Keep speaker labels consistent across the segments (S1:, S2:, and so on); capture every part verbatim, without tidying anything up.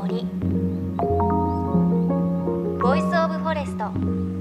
S1: 森ボイスオブフォレスト。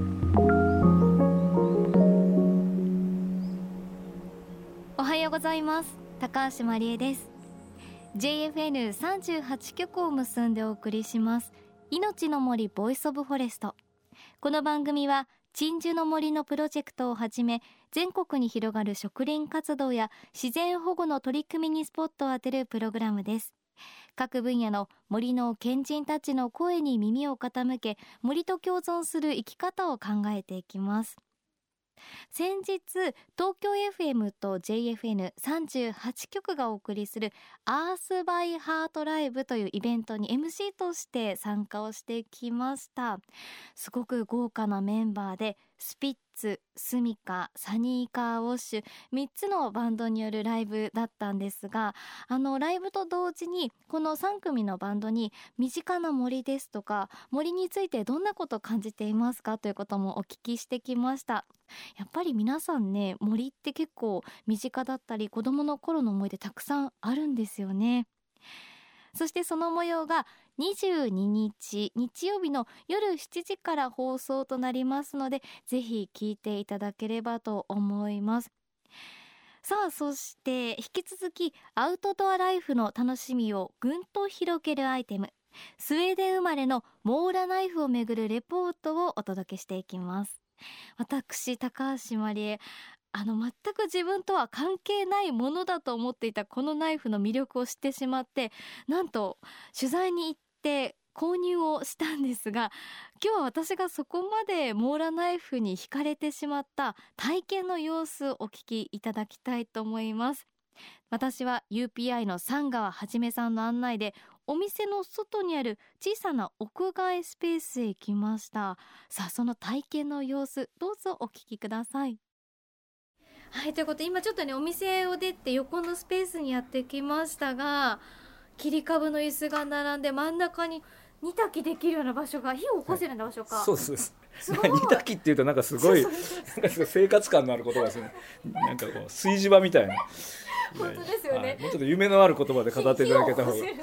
S1: おはようございます。高橋真理恵です。 ジェイエフエヌさんじゅうはち 局を結んでお送りします命の森ボイスオブフォレスト。この番組は鎮守の森のプロジェクトをはじめ、全国に広がる植林活動や自然保護の取り組みにスポットを当てるプログラムです。各分野の森の賢人たちの声に耳を傾け、森と共存する生き方を考えていきます。先日、東京 エフエム と ジェイエフエヌさんじゅうはち 局がお送りするアースバイハートライブというイベントに エムシー として参加をしてきました。すごく豪華なメンバーで、スピッツ、スミカ、サニーカーウォッシュみっつのバンドによるライブだったんですが、あのライブと同時にこのさん組のバンドに身近な森ですとか、森についてどんなことを感じていますかということもお聞きしてきました。やっぱり皆さんね、森って結構身近だったり、子供の頃の思い出たくさんあるんですよね。そしてその模様がにじゅうににち日曜日の夜しちじから放送となりますので、ぜひ聞いていただければと思います。さあ、そして引き続きアウトドアライフの楽しみをぐんと広げるアイテム、スウェーデン生まれのモーラナイフをめぐるレポートをお届けしていきます。私、高橋真理恵、あの全く自分とは関係ないものだと思っていたこのナイフの魅力を知ってしまって、なんと取材に行って購入をしたんですが、今日は私がそこまでモーラナイフに惹かれてしまった体験の様子をお聞きいただきたいと思います。私は ユーピーアイ の三川はじめさんの案内で、お店の外にある小さな屋外スペースへ行きました。さあ、その体験の様子、どうぞお聞きください。はい、ということで今ちょっとね、お店を出て横のスペースにやってきましたが、切り株の椅子が並んで、真ん中に煮炊きできるような場所が、火を起こせるような場所か、
S2: はい、そうです。
S1: すごい。
S2: 煮炊きっていうとなんかすごいなんか生活感のある言葉ですね。なんかこう炊事場みたいな
S1: 本当ですよね、
S2: はい、もうちょっと夢のある言葉で語っていただけた方がはい、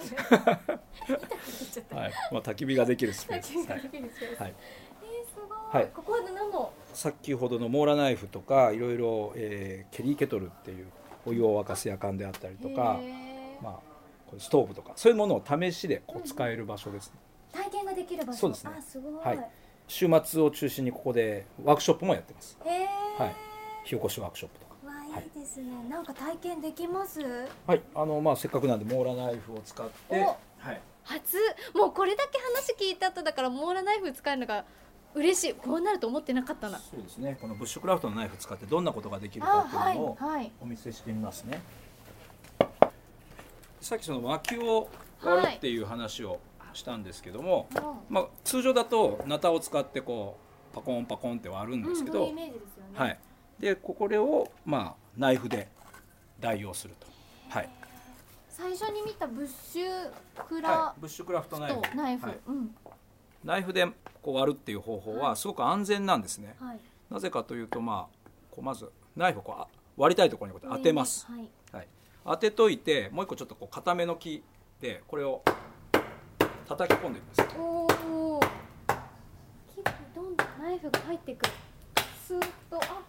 S2: まあ、焚き火ができるスペースです。はい、はい、えー、すごい、はい、ここは何の先ほどのモーラナイフとか、いろいろ、えー、ケリーケトルっていうお湯を沸かすやかんであったりとか、まあ、これストーブとか、そういうものを試しでこう使える場所ですね。
S1: うんうん、体験ができる場所。
S2: そうですね。
S1: あ、すごい、
S2: はい、週末を中心にここでワークショップもやってます。
S1: へー、はい、
S2: 火起こしワークショップとか。
S1: いいですね、はい、なんか体験できます。
S2: はい、あのまあせっかくなんでモーラナイフを使って、はい、
S1: 初、もうこれだけ話聞いた後だから、モーラナイフ使えるのが嬉しい。こうなると思ってなかったな。
S2: そうですね。このブッシュクラフトのナイフ使ってどんなことができるかっていうのをお見せしてみますね。はいはい、さっきその薪を割るっていう話をしたんですけども、はい、まあ、通常だとナタを使ってこうパコンパコンって割るんですけど、うん、そういうイメージですよね。はい、でこれをまあナイフで代用すると。はい、
S1: 最初に見たブッシュクラ、
S2: はい、ブッシュクラフトナイフ、
S1: ナイフ、はい、うん、
S2: ナイフでこう割るっていう方法はすごく安全なんですね。はい、なぜかというと、まあ、こうまずナイフをこう割りたいところにこうやって当てます。はいはい、当てといて、もう一個ちょっとこう固めの木でこれを叩き込んでいきます。
S1: おお、結構どんどんナイフが入ってくる。スーッと、あ、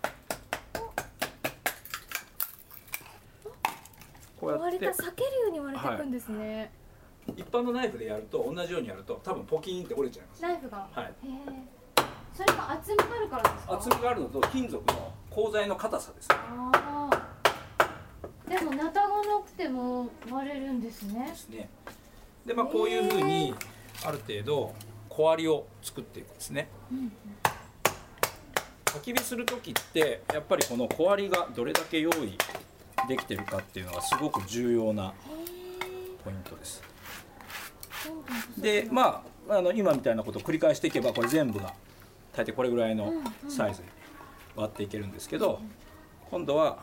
S1: こうやって割れた、裂けるように割れていくんですね。
S2: はい、一般のナイフでやると、同じようにやると多分ポキーンって折れちゃいます。
S1: ナイフが。
S2: はい。
S1: へえ。それは厚みがあるからですか？
S2: 厚みがあるのと金属の鋼材の硬さですね。
S1: ああ。でもナタがなくても割れるんですね。
S2: ですね。で、まあこういうふうにある程度小割りを作っていくんですね。うんうん、焚き火する時ってやっぱりこの小割りがどれだけ用意できてるかっていうのがすごく重要なポイントです。で、まあ、あの今みたいなことを繰り返していけば、これ全部が大抵これぐらいのサイズに割っていけるんですけど、今度は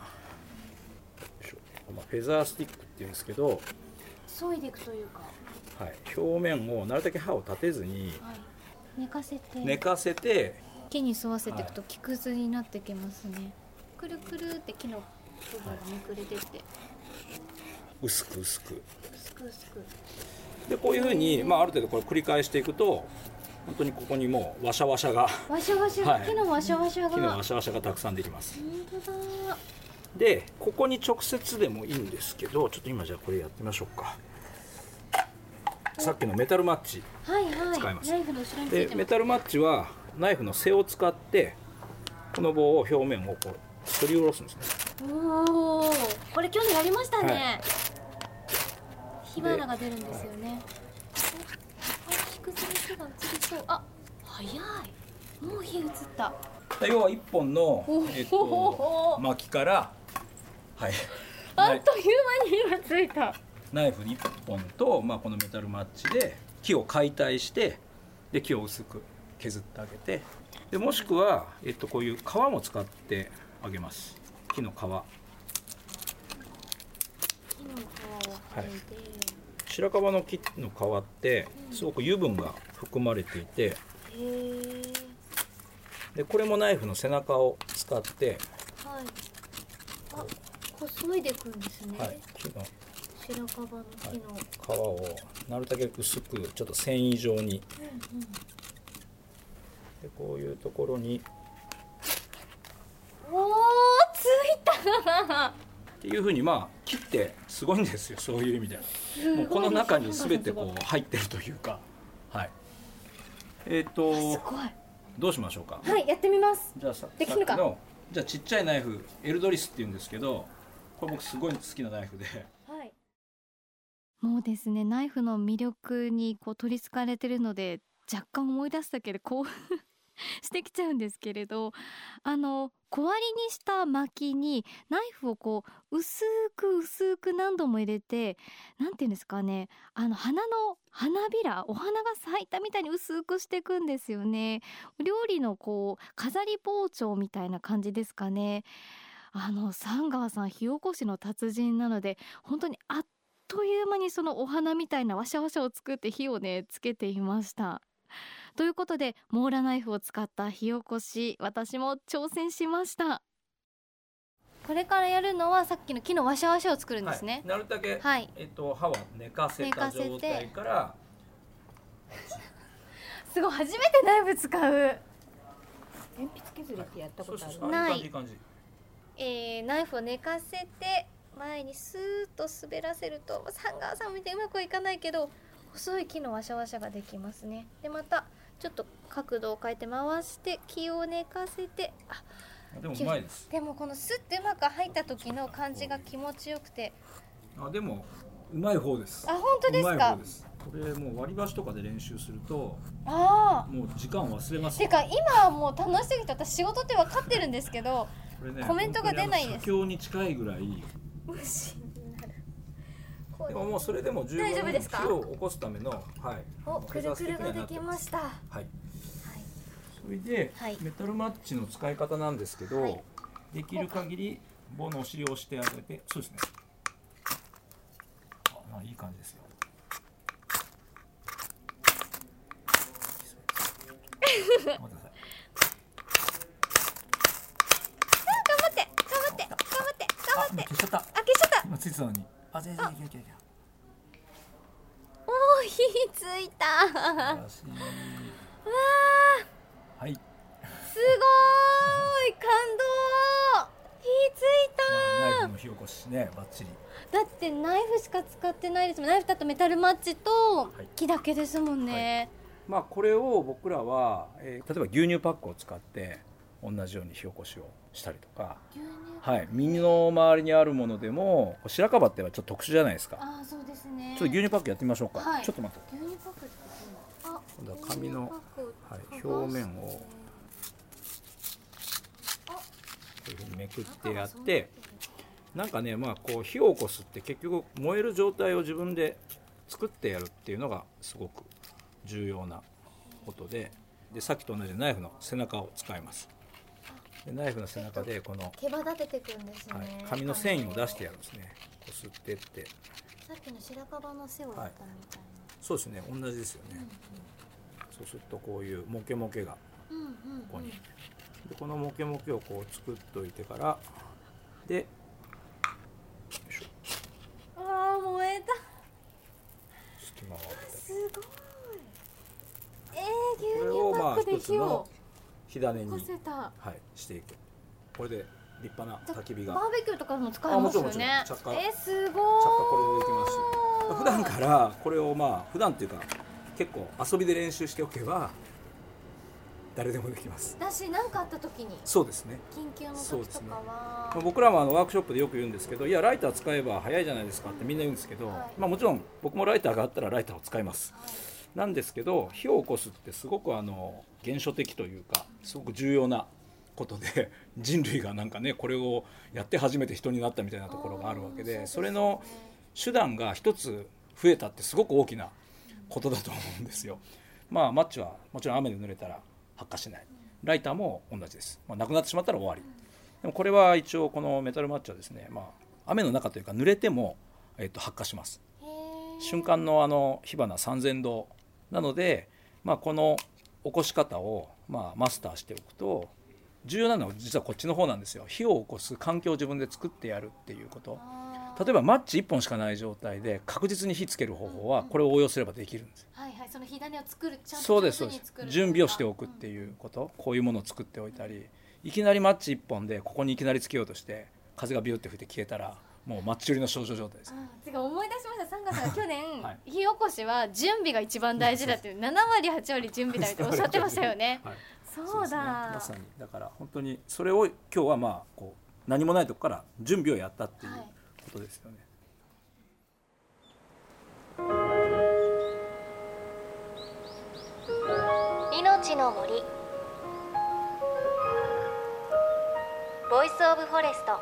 S2: フェザースティックっていうんですけど、
S1: 削いでいくというか、
S2: はい、表面をなるだけ刃を立てずに、
S1: はい、寝かせて
S2: 寝かせて
S1: 木に沿わせていくと木くずになってきますね。はい、くるくるって木の部分がめくれてって、
S2: 薄く薄く
S1: 薄く薄く
S2: でこういうふうに、まあ、ある程度これ繰り返していくと本当にここにもうワシャワシャが
S1: ワシャワシャが、はい、木のワシャワシャが
S2: 木のワシャワシャがたくさんできます。
S1: 本当だ。
S2: でここに直接でもいいんですけど、ちょっと今じゃあこれやってみましょうか。さっきのメタルマッチ使います。
S1: はいはい、ナイフの後ろについてます。
S2: でメタルマッチはナイフの背を使ってこの棒を表面をこう取り下ろすんですね。
S1: おお、これ去年やりましたね。はい、火花が出るんですよね。木くずに火が移りそう。あ、早い。もう火移った。
S2: 要は一本の、えっと、薪から、はい、
S1: あっという間に火がついた。
S2: ナイフいっぽんと、まあ、このメタルマッチで木を解体してで木を薄く削ってあげて、でもしくは、えっと、こういう皮も使ってあげます。木の皮、木の皮を
S1: 剥いで、
S2: 白樺の木の皮ってすごく油分が含まれていて、
S1: うん、へ
S2: でこれもナイフの背中を使って、
S1: はい、あ、こそいでいくんですね。
S2: はい、木の
S1: 白樺の木の、
S2: はい、皮をなるだけ薄くちょっと繊維状に、うんうん、でこういうところに
S1: おー、ついた
S2: っていうふうに、まあ切ってすごいんですよ、そういう意味では。もうこの中に全てこう入ってるというか、はい、えっ、ー、と
S1: すごい。
S2: どうしましょうか。
S1: はい、やってみます。
S2: じゃあさ
S1: できるか。
S2: さっきのじゃあちっちゃいナイフエルドリスっていうんですけど、これ僕すごい好きなナイフで、
S1: はい、もうですね、ナイフの魅力にこう取りつかれてるので若干思い出すだけで興奮してきちゃうんですけれど、あの小割りにした薪にナイフをこう薄く薄く何度も入れて、なんていうんですかね、あの花の花びら、お花が咲いたみたいに薄くしていくんですよね。料理のこう飾り包丁みたいな感じですかね。あのサンガーさん火起こしの達人なので、本当にあっという間にそのお花みたいなワシャワシャを作って火をねつけていました。ということでモーラナイフを使った火起こし、私も挑戦しました。これからやるのはさっきの木のワシャワシャを作るんですね。
S2: はい、なるだけ、はい、えっと、刃は寝かせた状態から
S1: すごい、初めてナイフ使う。鉛筆削りってやったことある？ない。えー、ナイフを寝かせて前にスーッと滑らせると、サンガーさんみたいにうまくはいかないけど細い木のワシャワシャができますね。でまたちょっと角度を変えて回して木を寝かせて、あ、
S2: でもうまいです。
S1: でもこのスッてうまく入った時の感じが気持ちよくて、
S2: あ、でもうまい方です。
S1: あ、本当ですか。うまい方です。
S2: これもう割り箸とかで練習すると、
S1: ああ、
S2: もう時間を忘れます。
S1: てか今はもう楽しすぎて私仕事って分かってるんですけど、これ、ね、コメントが出ないです。
S2: 写経に近いぐらい。
S1: 虫になる。
S2: でももうそれでも十分火を起こすための、はい、
S1: お、くるくるができました。はい。
S2: はい、それで、はい、メタルマッチの使い方なんですけど、はい、できる限り棒のお尻を押してあげて、そうですね。あ、いい感じですよ。待ってください。
S1: 頑張って、頑張って、頑張って、頑張って。
S2: 消しちゃった。
S1: あ、消しちゃった。
S2: 今ついてたのに。あ、全然いけるいけるいける。
S1: おー、火ついた。
S2: 素晴らしい。わ
S1: ー。
S2: はい。
S1: すごい、感動。火ついた。
S2: ナイフの火起こしね、バッチリ。
S1: だってナイフしか使ってないですもん。ナイフだとメタルマッチと木だけですもんね。はいはい、
S2: まあこれを僕らは、えー、例えば牛乳パックを使って同じように火起こしをしたりとか、はい、身の周りにあるものでも白樺ってはちょっと特殊じゃないですか。
S1: あ、そうですね。
S2: ちょっと牛乳パックやってみましょうか。はい、ちょっと待って。
S1: 牛乳パックって
S2: あ、今度は紙の、はい、表面をこういうふうにめくってやって、なんかね、まあこう火を起こすって結局燃える状態を自分で作ってやるっていうのがすごく重要なことで、でさっきと同じナイフの背中を使います。でナイフの背中でこの
S1: 毛羽立てていくんですね。はい、
S2: 紙の繊維を出してやるんですね。こすってって。
S1: さっきの白樺の背をやったみたいな。はい、
S2: そうですね、同じですよね。うんうん、そうするとこういうモケモケがここに、でこのモケモケをこう作っといてから、で、よいしょ。
S1: ああ、燃えた。
S2: 隙間を。 スの火種に、
S1: 起こせた、
S2: はい、していく。これで立派な焚き火が。
S1: バーベキューとかも使えますよね。
S2: 着火、
S1: えー、すごい。着火
S2: これでできますし、普段からこれをまあ普段っていうか結構遊びで練習しておけば誰でもできます。
S1: 私何かあった時に。
S2: そうですね。
S1: 緊急の時とかは、
S2: ね、僕らもあのワークショップでよく言うんですけど、いやライター使えば早いじゃないですかってみんな言うんですけど、はい、まあもちろん僕もライターがあったらライターを使います。はい、なんですけど火を起こすってすごくあの原初的というかすごく重要なことで、人類がなんかねこれをやって初めて人になったみたいなところがあるわけで、それの手段が一つ増えたってすごく大きなことだと思うんですよ。まあマッチはもちろん雨で濡れたら発火しない、ライターも同じです、まあ、なくなってしまったら終わり。でもこれは一応このメタルマッチはですね、まあ、雨の中というか濡れても、えっと、発火します。瞬間のあの火花さんぜんどなので、まあ、この起こし方をまあマスターしておくと、重要なのは実はこっちの方なんですよ。火を起こす環境を自分で作ってやるっていうこと。例えばマッチいっぽんしかない状態で確実に火つける方法はこれを応用すればできるんです。
S1: はいはい、その火種を作る、ちゃんと
S2: そうですそうです。準備をしておくっていうこと、こういうものを作っておいたり、いきなりマッチいっぽんでここにいきなりつけようとして風がビューって吹いて消えたらもうマッチ売りの少女状態です。
S1: てか思い出しました。サンガさんが去年、
S2: はい、
S1: 火起こしは準備が一番大事だっていうななわりはちわり準備だっておっしゃってましたよね。はい、そうだ、そうですね、
S2: まさにだから本当にそれを今日はまあこう何もないとこから準備をやったっていうことですよね。
S1: はい、命の森ボイスオブフォレスト。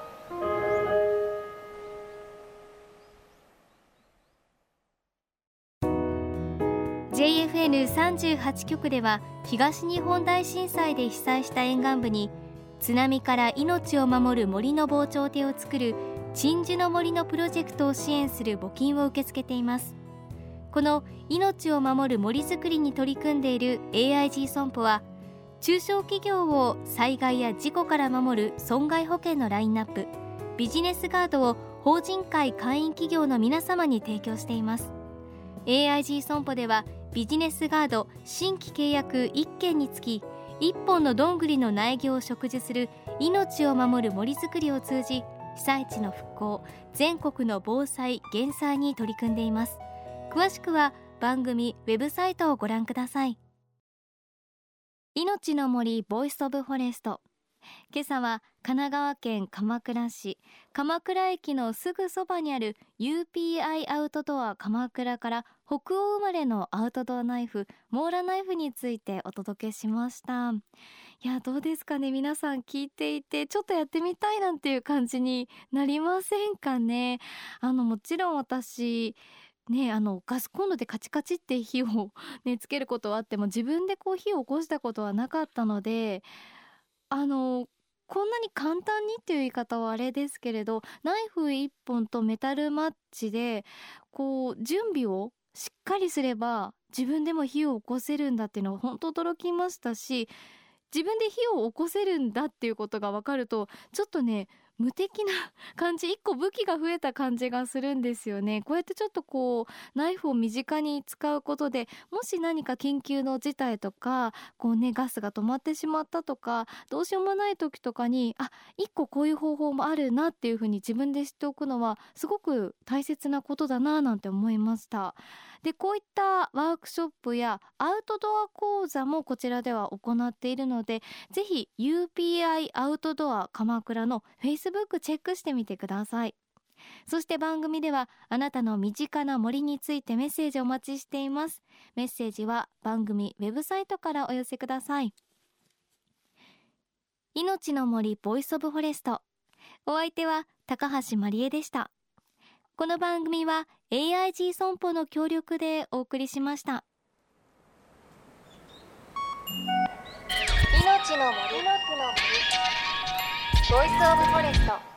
S1: ジェイエフエヌさんじゅうはち 局では東日本大震災で被災した沿岸部に津波から命を守る森の防潮堤を作る鎮守の森のプロジェクトを支援する募金を受け付けています。この命を守る森づくりに取り組んでいる エーアイジー 損保は中小企業を災害や事故から守る損害保険のラインナップビジネスガードを法人会会員企業の皆様に提供しています。 エーアイジー 損保ではビジネスガード新規契約いっけんにつきいっぽんのどんぐりの苗木を植樹する命を守る森づくりを通じ被災地の復興、全国の防災・減災に取り組んでいます。詳しくは番組ウェブサイトをご覧ください。命の森ボイスオブフォレスト。今朝は神奈川県鎌倉市鎌倉駅のすぐそばにある ユーピーアイ アウトドア鎌倉から北欧生まれのアウトドアナイフモーラナイフについてお届けしました。いや、どうですかね、皆さん聞いていてちょっとやってみたいなんていう感じになりませんかね。あのもちろん私ね、あのガスコンロでカチカチって火を、ね、つけることはあっても自分でこう火を起こしたことはなかったので、あのこんなに簡単にっていう言い方はあれですけれど、ナイフいっぽんとメタルマッチでこう準備をしっかりすれば自分でも火を起こせるんだっていうのは本当驚きましたし、自分で火を起こせるんだっていうことが分かるとちょっとね無敵な感じ、一個武器が増えた感じがするんですよね。こうやってちょっとこうナイフを身近に使うことで、もし何か緊急の事態とかこうねガスが止まってしまったとかどうしようもない時とかに、あ、一個こういう方法もあるなっていう風に自分で知っておくのはすごく大切なことだななんて思いました。で、こういったワークショップやアウトドア講座もこちらでは行っているので、ぜひ ユーピーアイ アウトドア鎌倉の Facebook チェックしてみてください。そして番組ではあなたの身近な森についてメッセージをお待ちしています。メッセージは番組ウェブサイトからお寄せください。命の森ボイスオブフォレスト、お相手は高橋まりえでした。この番組は エーアイジー 損保の協力でお送りしました。命の森ボイスオブフォレスト。